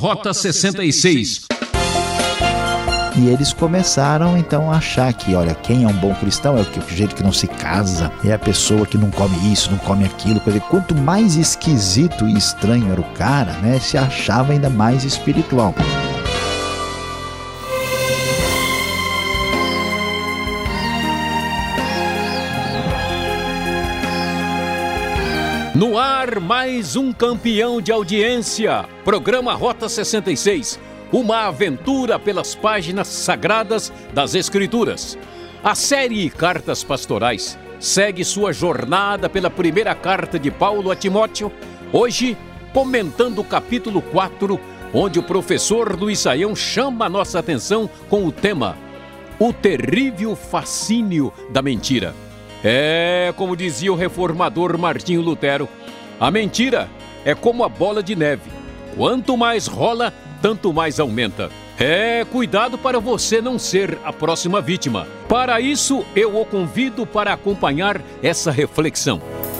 Rota 66. E eles começaram então a achar que, olha, quem é um bom cristão é o jeito que não se casa, é a pessoa que não come isso, não come aquilo. Quer dizer, quanto mais esquisito e estranho era o cara, né, se achava ainda mais espiritual. No ar, mais um campeão de audiência. Programa Rota 66. Uma aventura pelas páginas sagradas das Escrituras. A série Cartas Pastorais segue sua jornada pela primeira carta de Paulo a Timóteo, hoje comentando o capítulo 4, onde o professor Luiz Saião chama a nossa atenção com o tema O Terrível Fascínio da Mentira. Como dizia o reformador Martinho Lutero, a mentira é como a bola de neve. Quanto mais rola, tanto mais aumenta. Cuidado para você não ser a próxima vítima. Para isso, eu o convido para acompanhar essa reflexão.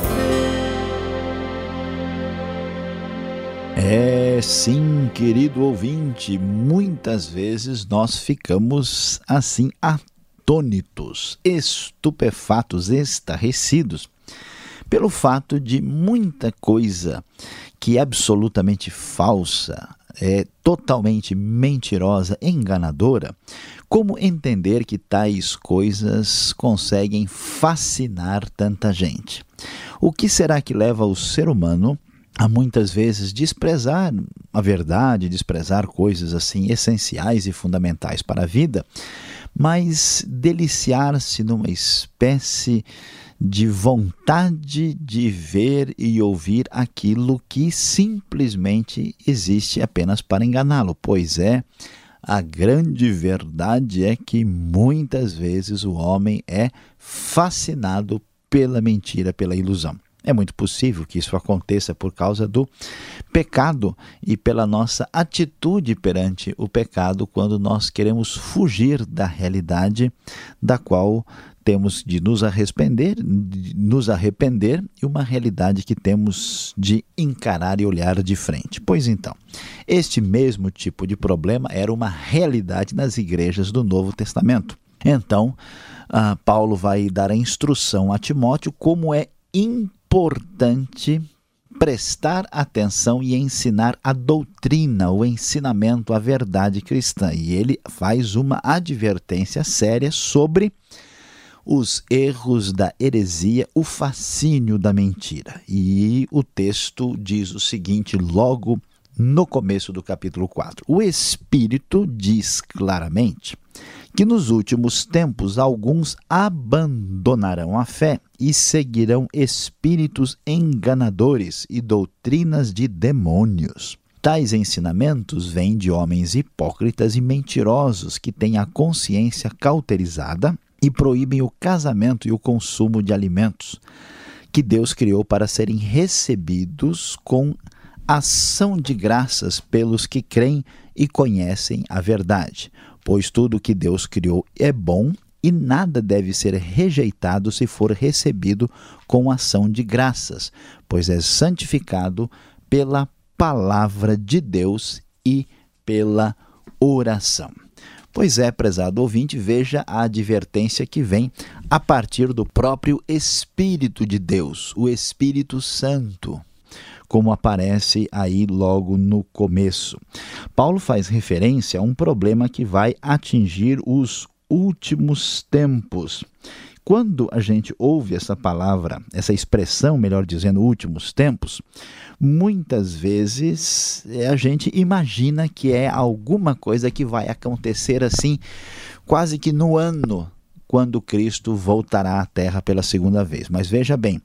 Sim, querido ouvinte, muitas vezes nós ficamos assim atônitos, estupefatos, estarrecidos, pelo fato de muita coisa que é absolutamente falsa, é totalmente mentirosa, enganadora, como entender que tais coisas conseguem fascinar tanta gente? O que será que leva o ser humano a muitas vezes desprezar a verdade, desprezar coisas assim essenciais e fundamentais para a vida, mas deliciar-se numa espécie de vontade de ver e ouvir aquilo que simplesmente existe apenas para enganá-lo? Pois a grande verdade é que muitas vezes o homem é fascinado pela mentira, pela ilusão. É muito possível que isso aconteça por causa do pecado e pela nossa atitude perante o pecado, quando nós queremos fugir da realidade da qual temos de nos arrepender, e uma realidade que temos de encarar e olhar de frente. Pois então, este mesmo tipo de problema era uma realidade nas igrejas do Novo Testamento. Então, Paulo vai dar a instrução a Timóteo como é importante prestar atenção e ensinar a doutrina, o ensinamento, a verdade cristã. E ele faz uma advertência séria sobre os erros da heresia, o fascínio da mentira. E o texto diz o seguinte, logo no começo do capítulo 4. O Espírito diz claramente que nos últimos tempos alguns abandonarão a fé e seguirão espíritos enganadores e doutrinas de demônios. Tais ensinamentos vêm de homens hipócritas e mentirosos que têm a consciência cauterizada e proíbem o casamento e o consumo de alimentos que Deus criou para serem recebidos com ação de graças pelos que creem e conhecem a verdade. Pois tudo que Deus criou é bom e nada deve ser rejeitado se for recebido com ação de graças, pois é santificado pela palavra de Deus e pela oração. Pois prezado ouvinte, veja a advertência que vem a partir do próprio Espírito de Deus, o Espírito Santo, como aparece aí logo no começo. Paulo faz referência a um problema que vai atingir os últimos tempos. Quando a gente ouve essa palavra, essa expressão, melhor dizendo, últimos tempos, muitas vezes a gente imagina que é alguma coisa que vai acontecer assim, quase que no ano, quando Cristo voltará à Terra pela segunda vez. Mas veja bem,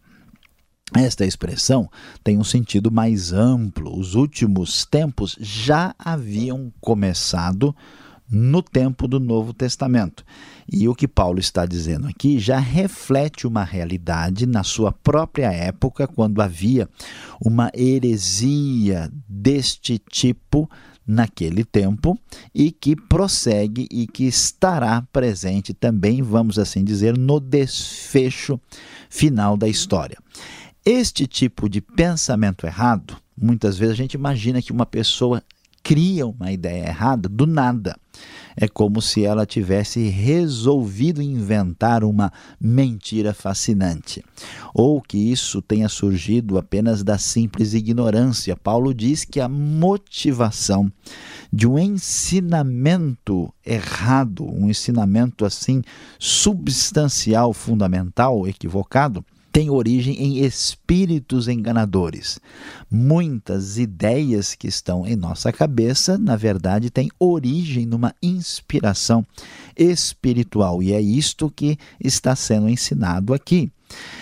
esta expressão tem um sentido mais amplo. Os últimos tempos já haviam começado no tempo do Novo Testamento. E o que Paulo está dizendo aqui já reflete uma realidade na sua própria época, quando havia uma heresia deste tipo naquele tempo e que prossegue e que estará presente também, vamos assim dizer, no desfecho final da história. Este tipo de pensamento errado, muitas vezes a gente imagina que uma pessoa cria uma ideia errada do nada. É como se ela tivesse resolvido inventar uma mentira fascinante, ou que isso tenha surgido apenas da simples ignorância. Paulo diz que a motivação de um ensinamento errado, um ensinamento assim substancial, fundamental, equivocado, tem origem em espíritos enganadores. Muitas ideias que estão em nossa cabeça, na verdade, têm origem numa inspiração espiritual. E é isto que está sendo ensinado aqui.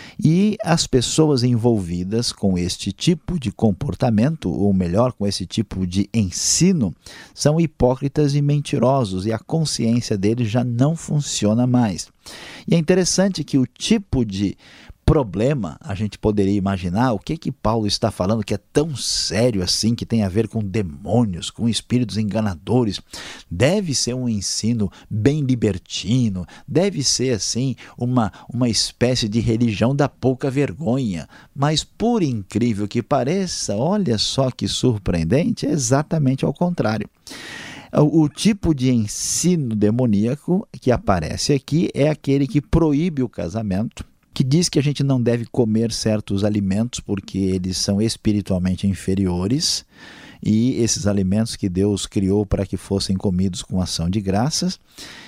E as pessoas envolvidas com este tipo de comportamento, ou melhor, com esse tipo de ensino, são hipócritas e mentirosos, e a consciência deles já não funciona mais. E é interessante que o tipo de problema, a gente poderia imaginar o que Paulo está falando que é tão sério assim, que tem a ver com demônios, com espíritos enganadores. Deve ser um ensino bem libertino, deve ser assim uma espécie de religião da pouca vergonha. Mas por incrível que pareça, olha só que surpreendente, é exatamente ao contrário. O tipo de ensino demoníaco que aparece aqui é aquele que proíbe o casamento, que diz que a gente não deve comer certos alimentos porque eles são espiritualmente inferiores, e esses alimentos que Deus criou para que fossem comidos com ação de graças,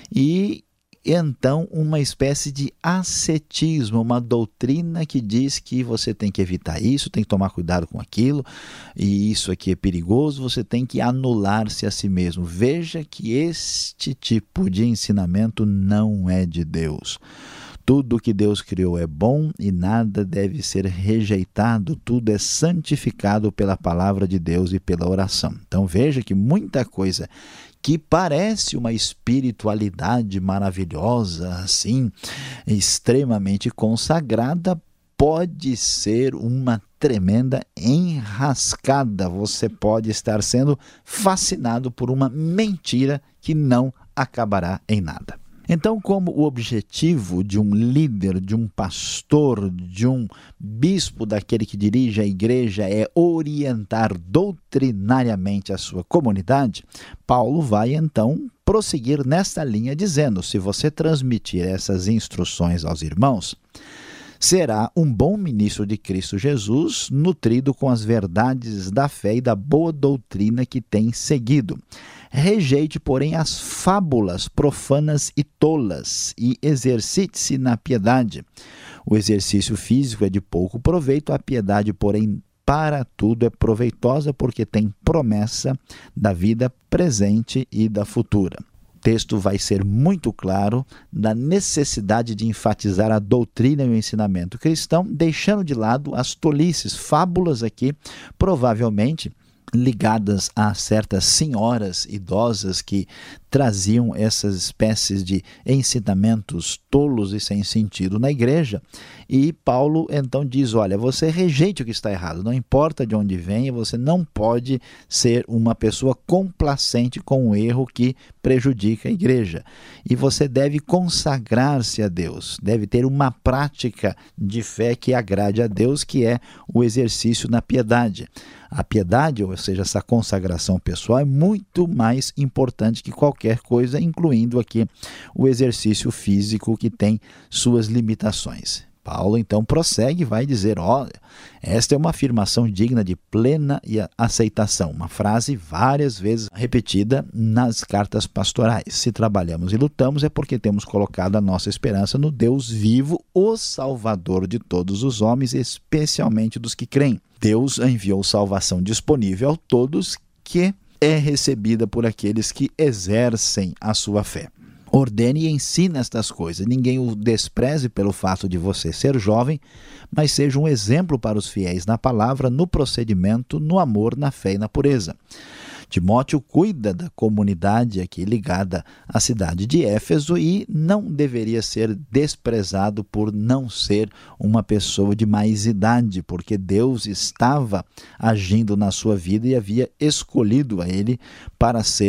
e então uma espécie de ascetismo, uma doutrina que diz que você tem que evitar isso, tem que tomar cuidado com aquilo, e isso aqui é perigoso, você tem que anular-se a si mesmo. Veja que este tipo de ensinamento não é de Deus. Tudo que Deus criou é bom e nada deve ser rejeitado, tudo é santificado pela palavra de Deus e pela oração. Então veja que muita coisa que parece uma espiritualidade maravilhosa, assim, extremamente consagrada, pode ser uma tremenda enrascada. Você pode estar sendo fascinado por uma mentira que não acabará em nada. Então, como o objetivo de um líder, de um pastor, de um bispo, daquele que dirige a igreja, é orientar doutrinariamente a sua comunidade, Paulo vai então prosseguir nesta linha dizendo: se você transmitir essas instruções aos irmãos, será um bom ministro de Cristo Jesus, nutrido com as verdades da fé e da boa doutrina que tem seguido. Rejeite, porém, as fábulas profanas e tolas e exercite-se na piedade. O exercício físico é de pouco proveito, a piedade, porém, para tudo é proveitosa, porque tem promessa da vida presente e da futura. O texto vai ser muito claro na necessidade de enfatizar a doutrina e o ensinamento cristão, deixando de lado as tolices, fábulas aqui, provavelmente ligadas a certas senhoras idosas que traziam essas espécies de ensinamentos tolos e sem sentido na igreja. E Paulo então diz: olha, você rejeite o que está errado, não importa de onde venha, você não pode ser uma pessoa complacente com o erro que prejudica a igreja. E você deve consagrar-se a Deus, deve ter uma prática de fé que agrade a Deus, que é o exercício na piedade. A piedade, ou seja, essa consagração pessoal, é muito mais importante que qualquer coisa, incluindo aqui o exercício físico, que tem suas limitações. Paulo então prossegue e vai dizer: olha, esta é uma afirmação digna de plena aceitação, uma frase várias vezes repetida nas cartas pastorais. Se trabalhamos e lutamos é porque temos colocado a nossa esperança no Deus vivo, o Salvador de todos os homens, especialmente dos que creem. Deus enviou salvação disponível a todos, que é recebida por aqueles que exercem a sua fé. Ordene e ensine estas coisas. Ninguém o despreze pelo fato de você ser jovem, mas seja um exemplo para os fiéis na palavra, no procedimento, no amor, na fé e na pureza. Timóteo cuida da comunidade aqui ligada à cidade de Éfeso e não deveria ser desprezado por não ser uma pessoa de mais idade, porque Deus estava agindo na sua vida e havia escolhido a ele para ser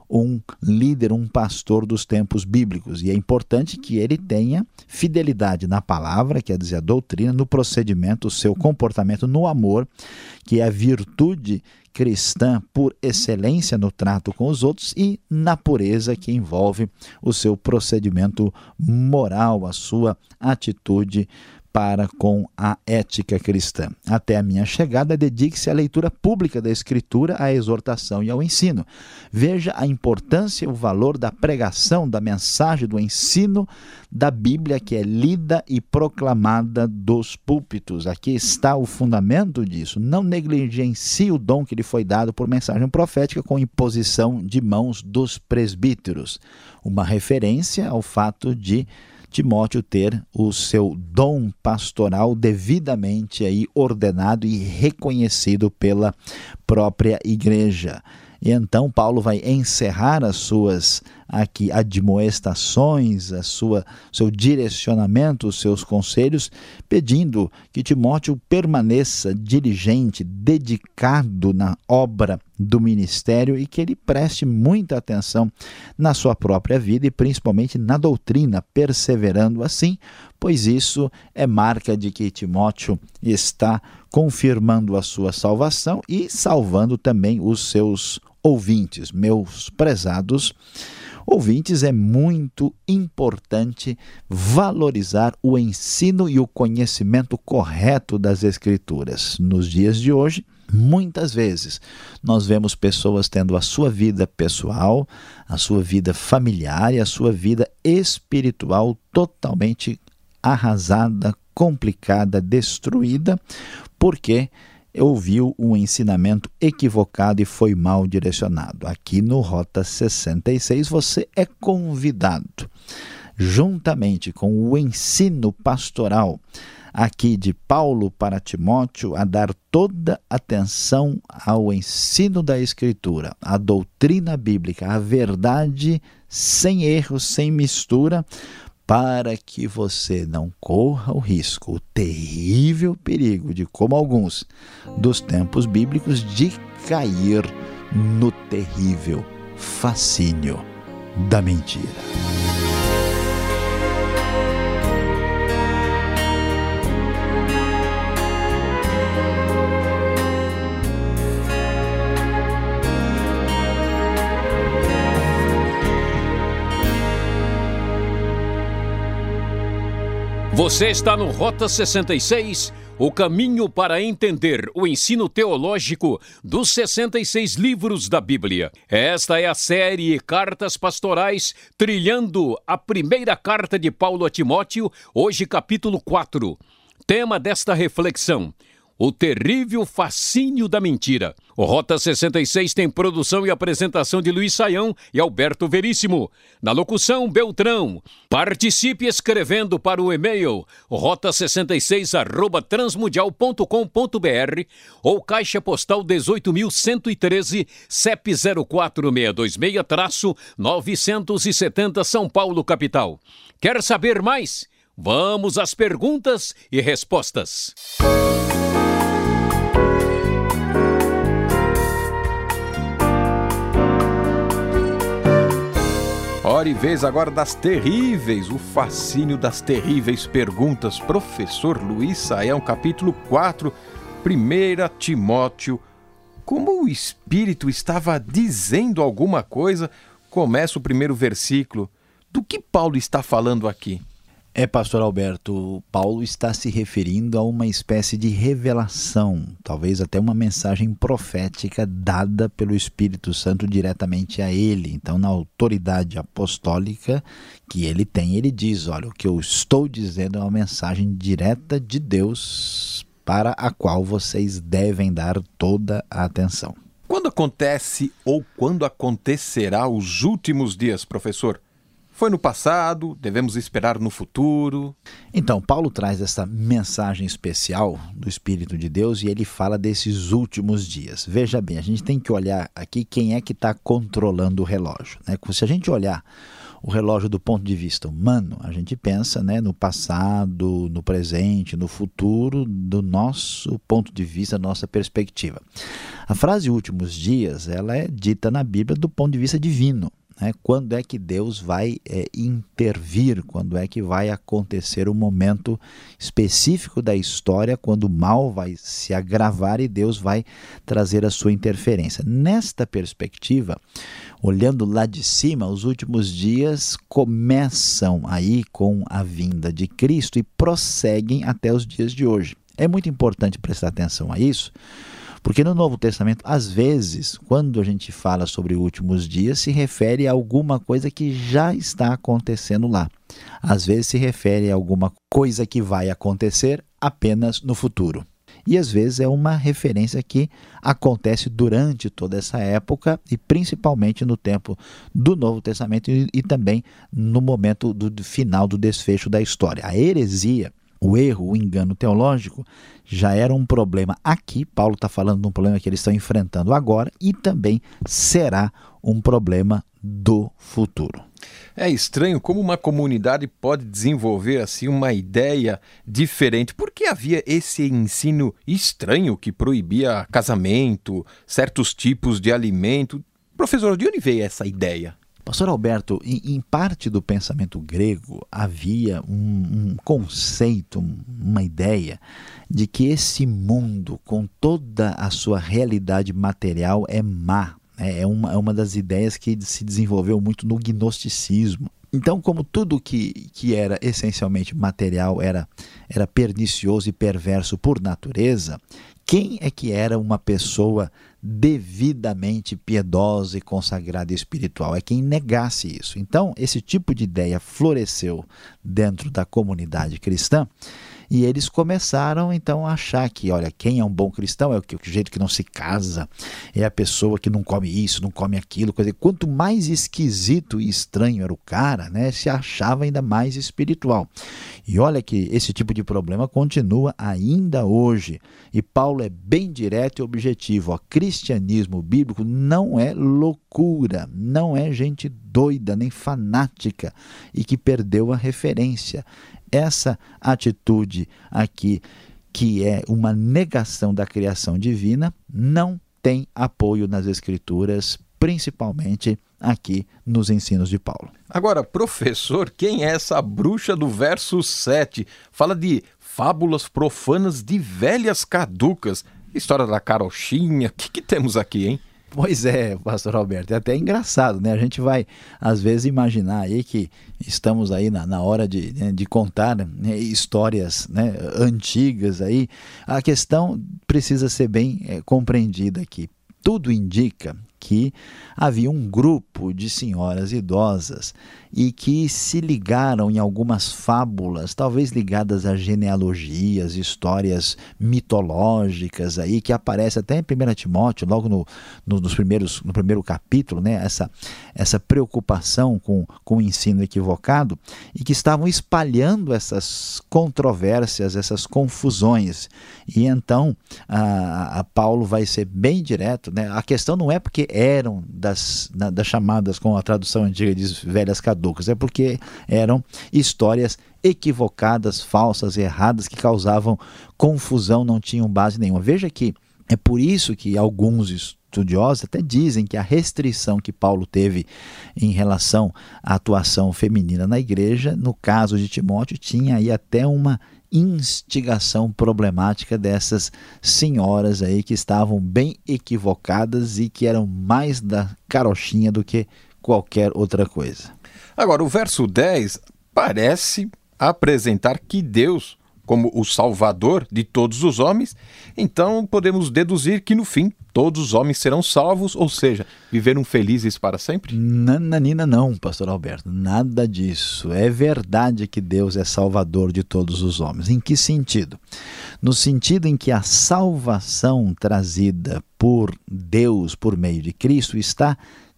um líder, um pastor dos tempos bíblicos. E é importante que ele tenha fidelidade na palavra, quer dizer, a doutrina, no procedimento, o seu comportamento, no amor, que é a virtude cristã por excelência no trato com os outros, e na pureza, que envolve o seu procedimento moral, a sua atitude para com a ética cristã. Até a minha chegada, dedique-se à leitura pública da Escritura, à exortação e ao ensino. Veja a importância e o valor da pregação, da mensagem, do ensino da Bíblia, que é lida e proclamada dos púlpitos. Aqui está o fundamento disso. Não negligencie o dom que lhe foi dado por mensagem profética com imposição de mãos dos presbíteros. Uma referência ao fato de Timóteo ter o seu dom pastoral devidamente aí ordenado e reconhecido pela própria igreja. E então Paulo vai encerrar as suas aqui admoestações, seu direcionamento, os seus conselhos, pedindo que Timóteo permaneça diligente, dedicado na obra do ministério e que ele preste muita atenção na sua própria vida e principalmente na doutrina, perseverando assim, pois isso é marca de que Timóteo está confirmando a sua salvação e salvando também os seus ouvintes. Meus prezados ouvintes, é muito importante valorizar o ensino e o conhecimento correto das Escrituras. Nos dias de hoje, muitas vezes, nós vemos pessoas tendo a sua vida pessoal, a sua vida familiar e a sua vida espiritual totalmente arrasada, complicada, destruída, porque ouviu um ensinamento equivocado e foi mal direcionado. Aqui no Rota 66 você é convidado, juntamente com o ensino pastoral aqui de Paulo para Timóteo, a dar toda atenção ao ensino da Escritura, à doutrina bíblica, à verdade sem erro, sem mistura, para que você não corra o risco, o terrível perigo de, como alguns dos tempos bíblicos, de cair no terrível fascínio da mentira. Você está no Rota 66, o caminho para entender o ensino teológico dos 66 livros da Bíblia. Esta é a série Cartas Pastorais, trilhando a primeira carta de Paulo a Timóteo, hoje capítulo 4. Tema desta reflexão: o terrível fascínio da mentira. O Rota 66 tem produção e apresentação de Luiz Saião e Alberto Veríssimo. Na locução, Beltrão. Participe escrevendo para o e-mail rota66@transmundial.com.br ou Caixa Postal 18.113, CEP 04626-970 São Paulo, capital. Quer saber mais? Vamos às perguntas e respostas. Hora e vez agora das terríveis, o fascínio das terríveis perguntas. Professor Luiz Saião, capítulo 4, 1 Timóteo. Como o Espírito estava dizendo alguma coisa, começa o primeiro versículo. Do que Paulo está falando aqui? Pastor Alberto, Paulo está se referindo a uma espécie de revelação, talvez até uma mensagem profética dada pelo Espírito Santo diretamente a ele. Então, na autoridade apostólica que ele tem, ele diz: olha, o que eu estou dizendo é uma mensagem direta de Deus para a qual vocês devem dar toda a atenção. Quando acontece ou quando acontecerá os últimos dias, professor? Foi no passado? Devemos esperar no futuro? Então, Paulo traz essa mensagem especial do Espírito de Deus e ele fala desses últimos dias. Veja bem, a gente tem que olhar aqui quem é que está controlando o relógio, né? Se a gente olhar o relógio do ponto de vista humano, a gente pensa, né, no passado, no presente, no futuro, do nosso ponto de vista, da nossa perspectiva. A frase últimos dias, ela é dita na Bíblia do ponto de vista divino. Quando é que Deus vai intervir, quando é que vai acontecer um momento específico da história, quando o mal vai se agravar e Deus vai trazer a sua interferência. Nesta perspectiva, olhando lá de cima, os últimos dias começam aí com a vinda de Cristo e prosseguem até os dias de hoje. É muito importante prestar atenção a isso, porque no Novo Testamento, às vezes, quando a gente fala sobre últimos dias, se refere a alguma coisa que já está acontecendo lá. Às vezes se refere a alguma coisa que vai acontecer apenas no futuro. E às vezes é uma referência que acontece durante toda essa época e principalmente no tempo do Novo Testamento e também no momento do final do desfecho da história. A heresia, o erro, o engano teológico, já era um problema aqui. Paulo está falando de um problema que eles estão enfrentando agora e também será um problema do futuro. É estranho como uma comunidade pode desenvolver assim uma ideia diferente. Por que havia esse ensino estranho que proibia casamento, certos tipos de alimento? Professor, de onde veio essa ideia? Pastor Alberto, em parte do pensamento grego havia um conceito, uma ideia de que esse mundo, com toda a sua realidade material, é má. É uma das ideias que se desenvolveu muito no gnosticismo. Então, como tudo que era essencialmente material era pernicioso e perverso por natureza, quem é que era uma pessoa devidamente piedosa e consagrada e espiritual? É quem negasse isso. Então, esse tipo de ideia floresceu dentro da comunidade cristã e eles começaram então a achar que, olha, quem é um bom cristão é o jeito que não se casa, é a pessoa que não come isso, não come aquilo. Quanto mais esquisito e estranho era o cara, se achava ainda mais espiritual. E olha que esse tipo de problema continua ainda hoje. E Paulo é bem direto e objetivo. O cristianismo bíblico não é loucura, não é gente doida nem fanática e que perdeu a referência. Essa atitude aqui, que é uma negação da criação divina, não tem apoio nas Escrituras, principalmente aqui nos ensinos de Paulo. Agora, professor, quem é essa bruxa do verso 7? Fala de fábulas profanas de velhas caducas. História da carochinha, o que temos aqui, hein? Pois é, pastor Alberto, é até engraçado, A gente vai, às vezes, imaginar aí que estamos aí na hora de contar histórias antigas aí. A questão precisa ser bem compreendida aqui. Tudo indica que havia um grupo de senhoras idosas e que se ligaram em algumas fábulas, talvez ligadas a genealogias, histórias mitológicas aí, que aparece até em 1 Timóteo, logo no primeiro capítulo, essa preocupação com o ensino equivocado, e que estavam espalhando essas controvérsias, essas confusões. E então a Paulo vai ser bem direto, A questão não é porque eram das chamadas, com a tradução antiga diz, velhas caducas, é porque eram histórias equivocadas, falsas, erradas, que causavam confusão, não tinham base nenhuma. Veja que é por isso que alguns estudiosos até dizem que a restrição que Paulo teve em relação à atuação feminina na igreja, no caso de Timóteo, tinha aí até uma instigação problemática dessas senhoras aí que estavam bem equivocadas e que eram mais da carochinha do que qualquer outra coisa. Agora, o verso 10 parece apresentar que Deus, como o Salvador de todos os homens, então podemos deduzir que no fim todos os homens serão salvos, ou seja, viveram felizes para sempre? Nananina não, pastor Alberto, nada disso. É verdade que Deus é Salvador de todos os homens. Em que sentido? No sentido em que a salvação trazida por Deus, por meio de Cristo, está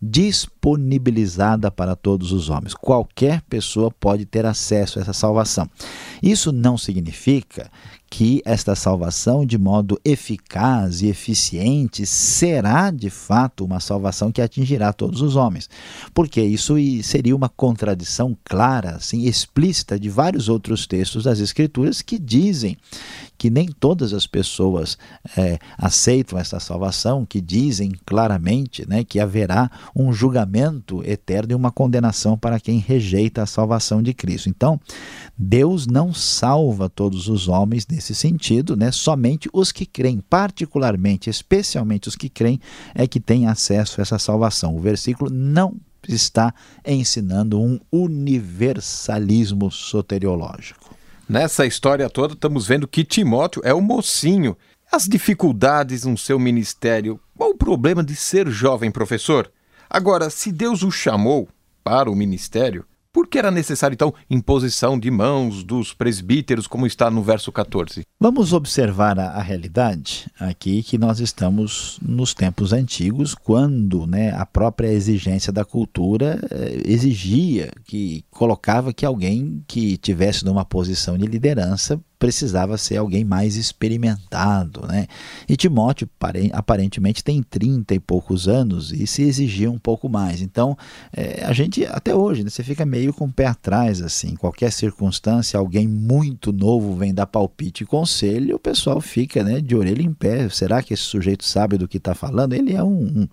disponibilizada para todos os homens. Qualquer pessoa pode ter acesso a essa salvação. Isso não significa que esta salvação, de modo eficaz e eficiente, será de fato uma salvação que atingirá todos os homens. Porque isso seria uma contradição clara, assim, explícita de vários outros textos das Escrituras que dizem que nem todas as pessoas aceitam essa salvação salvação que dizem claramente, né, que haverá um julgamento eterno e uma condenação para quem rejeita a salvação de Cristo. Então, Deus não salva todos os homens nesse sentido, né? Somente os que creem, particularmente, especialmente os que creem, é que têm acesso a essa salvação. O versículo não está ensinando um universalismo soteriológico. Nessa história toda, estamos vendo que Timóteo é o mocinho. As dificuldades no seu ministério, qual o problema de ser jovem, professor? Agora, se Deus o chamou para o ministério, por que era necessário, então, imposição de mãos dos presbíteros, como está no verso 14? Vamos observar a realidade aqui, que nós estamos nos tempos antigos, quando, né, a própria exigência da cultura exigia, que colocava que alguém que tivesse numa posição de liderança precisava ser alguém mais experimentado, né? E Timóteo aparentemente tem 30 e poucos anos e se exigia um pouco mais. Então, a gente até hoje, né, você fica meio com o pé atrás, assim, em qualquer circunstância, alguém muito novo vem dar palpite e conselho, o pessoal fica, né, de orelha em pé. Será que esse sujeito sabe do que está falando? Ele é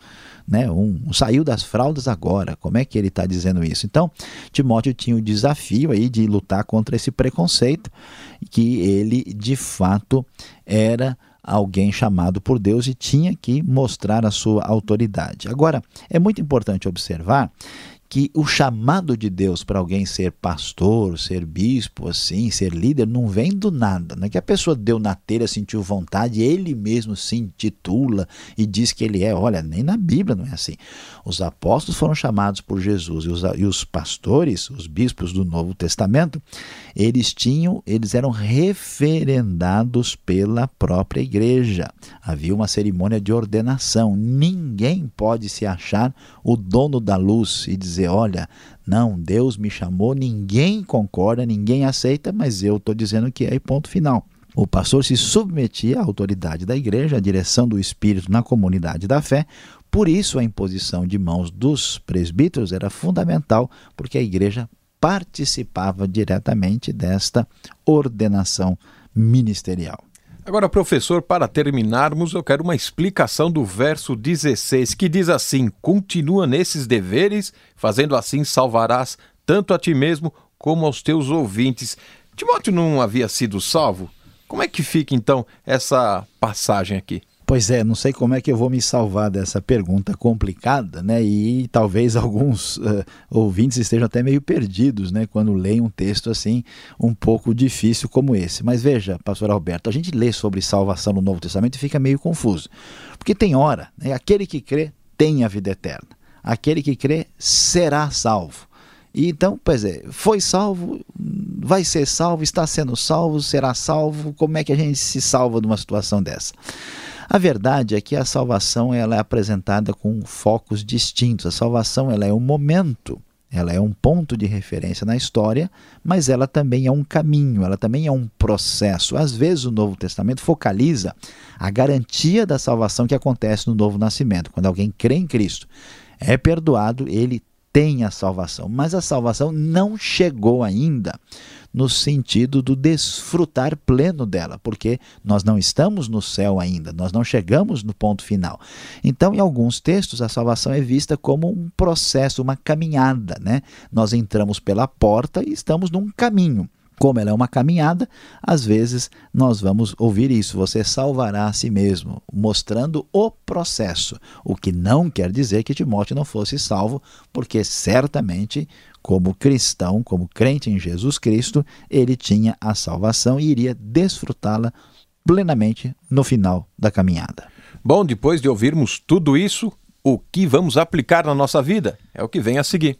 saiu das fraldas agora, como é que ele está dizendo isso? Então, Timóteo tinha o desafio aí de lutar contra esse preconceito, que ele de fato era alguém chamado por Deus e tinha que mostrar a sua autoridade. Agora, é muito importante observar que o chamado de Deus para alguém ser pastor, ser bispo, assim, ser líder, não vem do nada. Não é que a pessoa deu na telha, sentiu vontade, ele mesmo se intitula e diz que ele é. Olha, nem na Bíblia não é assim. Os apóstolos foram chamados por Jesus e os pastores, os bispos do Novo Testamento, eles eram referendados pela própria igreja. Havia uma cerimônia de ordenação. Ninguém pode se achar o dono da luz e dizer: olha, não, Deus me chamou, ninguém concorda, ninguém aceita, mas eu estou dizendo que é, e ponto final. O pastor se submetia à autoridade da igreja, à direção do Espírito na comunidade da fé. Por isso a imposição de mãos dos presbíteros era fundamental, porque a igreja participava diretamente desta ordenação ministerial. Agora, professor, para terminarmos, eu quero uma explicação do verso 16, que diz assim: continua nesses deveres, fazendo assim salvarás tanto a ti mesmo como aos teus ouvintes. Timóteo não havia sido salvo? Como é que fica, então, essa passagem aqui? Pois é, não sei como é que eu vou me salvar dessa pergunta complicada, né? E talvez alguns ouvintes estejam até meio perdidos, né, quando leem um texto assim um pouco difícil como esse. Mas veja, pastor Alberto, a gente lê sobre salvação no Novo Testamento e fica meio confuso. Porque tem hora, né, aquele que crê tem a vida eterna. Aquele que crê será salvo. E então, pois é, foi salvo, vai ser salvo, está sendo salvo, será salvo. Como é que a gente se salva de uma situação dessa? A verdade é que a salvação ela é apresentada com focos distintos. A salvação ela é um momento, ela é um ponto de referência na história, mas ela também é um caminho, ela também é um processo. Às vezes o Novo Testamento focaliza a garantia da salvação que acontece no novo nascimento. Quando alguém crê em Cristo, é perdoado, ele tem a salvação, mas a salvação não chegou ainda no sentido do desfrutar pleno dela, porque nós não estamos no céu ainda, nós não chegamos no ponto final. Então, em alguns textos, a salvação é vista como um processo, uma caminhada, né? Nós entramos pela porta e estamos num caminho. Como ela é uma caminhada, às vezes nós vamos ouvir isso: você salvará a si mesmo, mostrando o processo, o que não quer dizer que Timóteo não fosse salvo, porque certamente, como cristão, como crente em Jesus Cristo, ele tinha a salvação e iria desfrutá-la plenamente no final da caminhada. Bom, depois de ouvirmos tudo isso, o que vamos aplicar na nossa vida? É o que vem a seguir.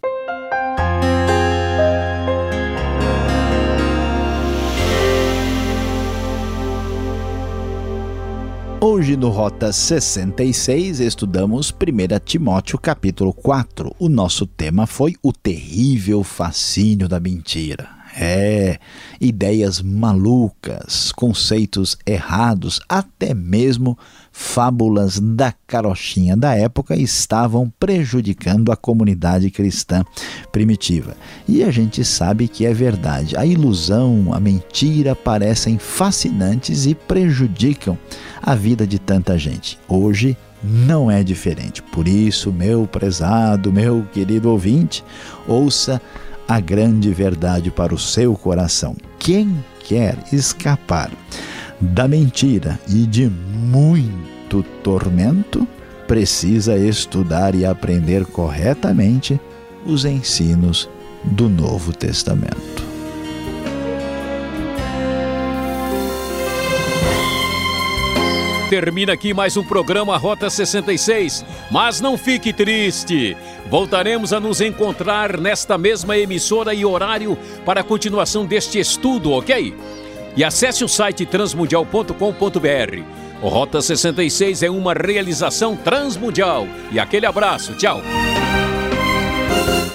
Hoje no Rota 66 estudamos 1 Timóteo capítulo 4. O nosso tema foi o terrível fascínio da mentira. Ideias malucas, conceitos errados, até mesmo fábulas da carochinha da época estavam prejudicando a comunidade cristã primitiva. E a gente sabe que é verdade. A ilusão, a mentira parecem fascinantes e prejudicam a vida de tanta gente. Hoje não é diferente. Por isso, meu prezado, meu querido ouvinte, ouça a grande verdade para o seu coração. Quem quer escapar da mentira e de muito tormento, precisa estudar e aprender corretamente os ensinos do Novo Testamento. Termina aqui mais um programa Rota 66, mas não fique triste. Voltaremos a nos encontrar nesta mesma emissora e horário para a continuação deste estudo, ok? E acesse o site transmundial.com.br. O Rota 66 é uma realização transmundial. E aquele abraço, tchau!